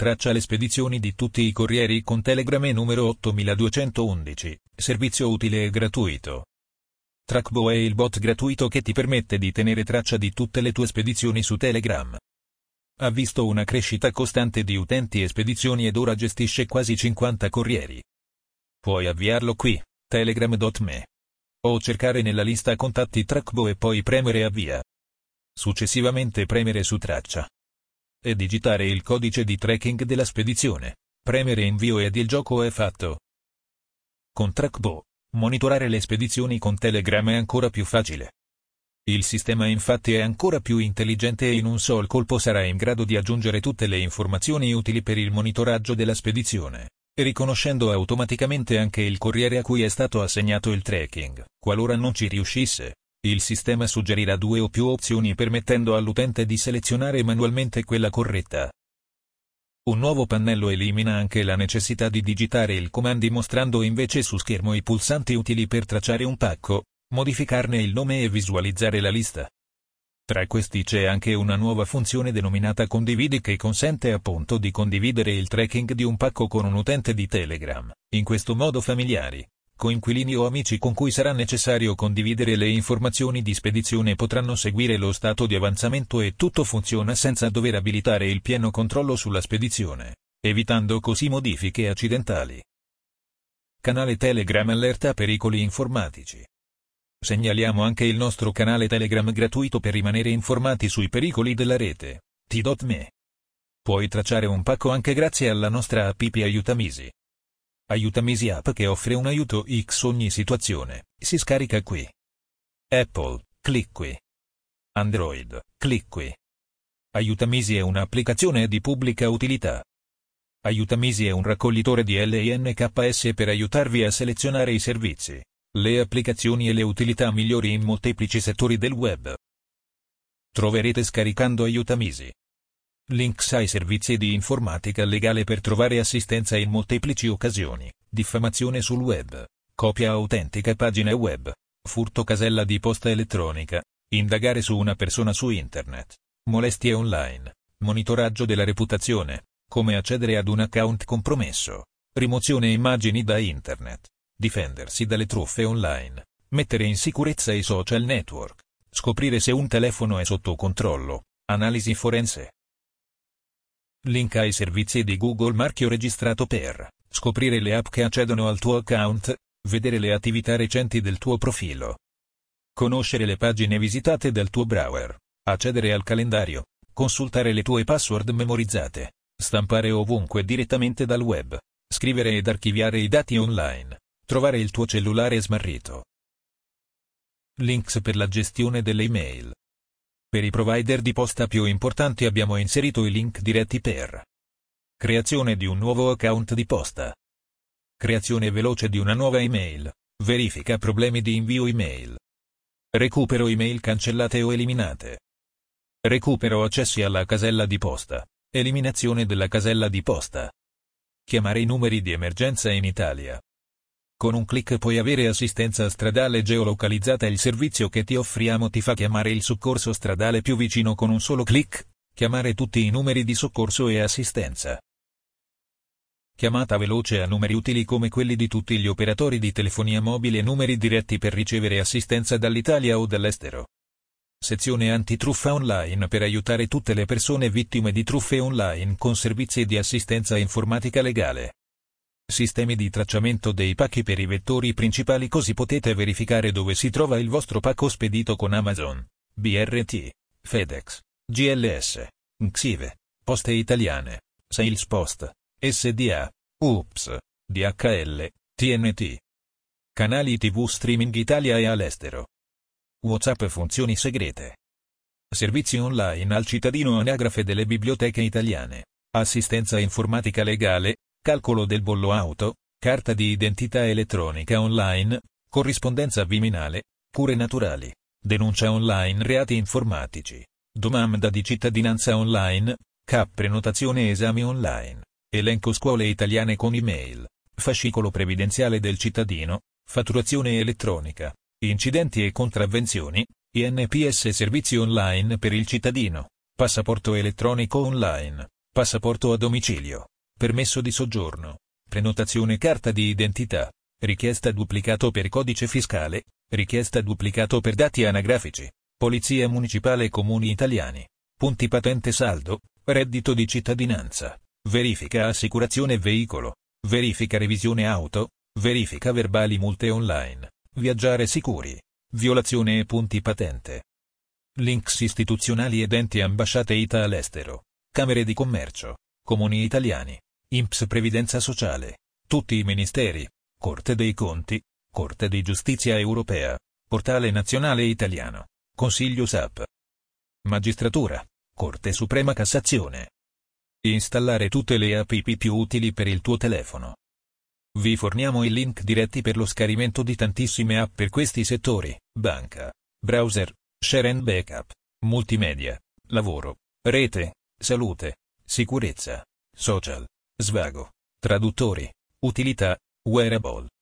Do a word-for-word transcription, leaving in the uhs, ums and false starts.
traccia le spedizioni di tutti i corrieri con Telegram e numero ottomiladuecentoundici, servizio utile e gratuito. Trackbo è il bot gratuito che ti permette di tenere traccia di tutte le tue spedizioni su Telegram. Ha visto una crescita costante di utenti e spedizioni ed ora gestisce quasi cinquanta corrieri. Puoi avviarlo qui, telegram punto me. O cercare nella lista contatti Trackbo e poi premere avvia. Successivamente premere su traccia. E digitare il codice di tracking della spedizione. Premere invio ed il gioco è fatto. Con Trackbo, monitorare le spedizioni con Telegram è ancora più facile. Il sistema infatti è ancora più intelligente e in un sol colpo sarà in grado di aggiungere tutte le informazioni utili per il monitoraggio della spedizione, riconoscendo automaticamente anche il corriere a cui è stato assegnato il tracking. Qualora non ci riuscisse, il sistema suggerirà due o più opzioni permettendo all'utente di selezionare manualmente quella corretta. Un nuovo pannello elimina anche la necessità di digitare il comandi mostrando invece su schermo i pulsanti utili per tracciare un pacco, modificarne il nome e visualizzare la lista. Tra questi c'è anche una nuova funzione denominata Condividi che consente appunto di condividere il tracking di un pacco con un utente di Telegram, in questo modo familiari, coinquilini o amici con cui sarà necessario condividere le informazioni di spedizione potranno seguire lo stato di avanzamento e tutto funziona senza dover abilitare il pieno controllo sulla spedizione, evitando così modifiche accidentali. Canale Telegram allerta pericoli informatici. Segnaliamo anche il nostro canale Telegram gratuito per rimanere informati sui pericoli della rete, t punto me. Puoi tracciare un pacco anche grazie alla nostra app Aiutamisi. Aiutamisi app che offre un aiuto X ogni situazione, si scarica qui. Apple, clic qui. Android, clic qui. Aiutamisi è un'applicazione di pubblica utilità. Aiutamisi è un raccoglitore di L I N K S per aiutarvi a selezionare i servizi, le applicazioni e le utilità migliori in molteplici settori del web. Troverete scaricando Aiutamisi links ai servizi di informatica legale per trovare assistenza in molteplici occasioni, diffamazione sul web, copia autentica pagina web, furto casella di posta elettronica, indagare su una persona su internet, molestie online, monitoraggio della reputazione, come accedere ad un account compromesso, rimozione immagini da internet, difendersi dalle truffe online, mettere in sicurezza i social network, scoprire se un telefono è sotto controllo, analisi forense. Link ai servizi di Google marchio registrato per scoprire le app che accedono al tuo account, vedere le attività recenti del tuo profilo, conoscere le pagine visitate dal tuo browser, accedere al calendario, consultare le tue password memorizzate, stampare ovunque direttamente dal web, scrivere ed archiviare i dati online, trovare il tuo cellulare smarrito. Links per la gestione delle email. Per i provider di posta più importanti abbiamo inserito i link diretti per creazione di un nuovo account di posta, creazione veloce di una nuova email, verifica problemi di invio email, recupero email cancellate o eliminate, recupero accessi alla casella di posta, eliminazione della casella di posta, chiamare i numeri di emergenza in Italia. Con un clic puoi avere assistenza stradale geolocalizzata. Il servizio che ti offriamo ti fa chiamare il soccorso stradale più vicino con un solo clic, chiamare tutti i numeri di soccorso e assistenza. Chiamata veloce a numeri utili come quelli di tutti gli operatori di telefonia mobile e numeri diretti per ricevere assistenza dall'Italia o dall'estero. Sezione antitruffa online per aiutare tutte le persone vittime di truffe online con servizi di assistenza informatica legale. Sistemi di tracciamento dei pacchi per i vettori principali così potete verificare dove si trova il vostro pacco spedito con Amazon, B R T, FedEx, G L S, Xive, Poste Italiane, Salespost, S D A, U P S, D H L, T N T. Canali tivù streaming Italia e all'estero. WhatsApp funzioni segrete. Servizi online al cittadino anagrafe delle biblioteche italiane. Assistenza informatica legale. Calcolo del bollo auto, carta di identità elettronica online, corrispondenza viminale, cure naturali, denuncia online reati informatici, domanda di cittadinanza online, C A P prenotazione esami online, elenco scuole italiane con email, fascicolo previdenziale del cittadino, fatturazione elettronica, incidenti e contravvenzioni, I N P S servizi online per il cittadino, passaporto elettronico online, passaporto a domicilio, permesso di soggiorno, prenotazione carta di identità, richiesta duplicato per codice fiscale, richiesta duplicato per dati anagrafici, polizia municipale e comuni italiani, punti patente saldo, reddito di cittadinanza, verifica assicurazione veicolo, verifica revisione auto, verifica verbali multe online, viaggiare sicuri, violazione e punti patente. Links istituzionali ed enti ambasciate I T A all'estero, camere di commercio, comuni italiani, I N P S previdenza sociale, tutti i ministeri, Corte dei Conti, Corte di Giustizia europea, Portale nazionale italiano, Consiglio S A P. Magistratura, Corte Suprema Cassazione. Installare tutte le app più utili per il tuo telefono. Vi forniamo i link diretti per lo scaricamento di tantissime app per questi settori: banca, browser, share and backup, multimedia, lavoro, rete, salute, sicurezza, social, svago, traduttori, utilità, wearable,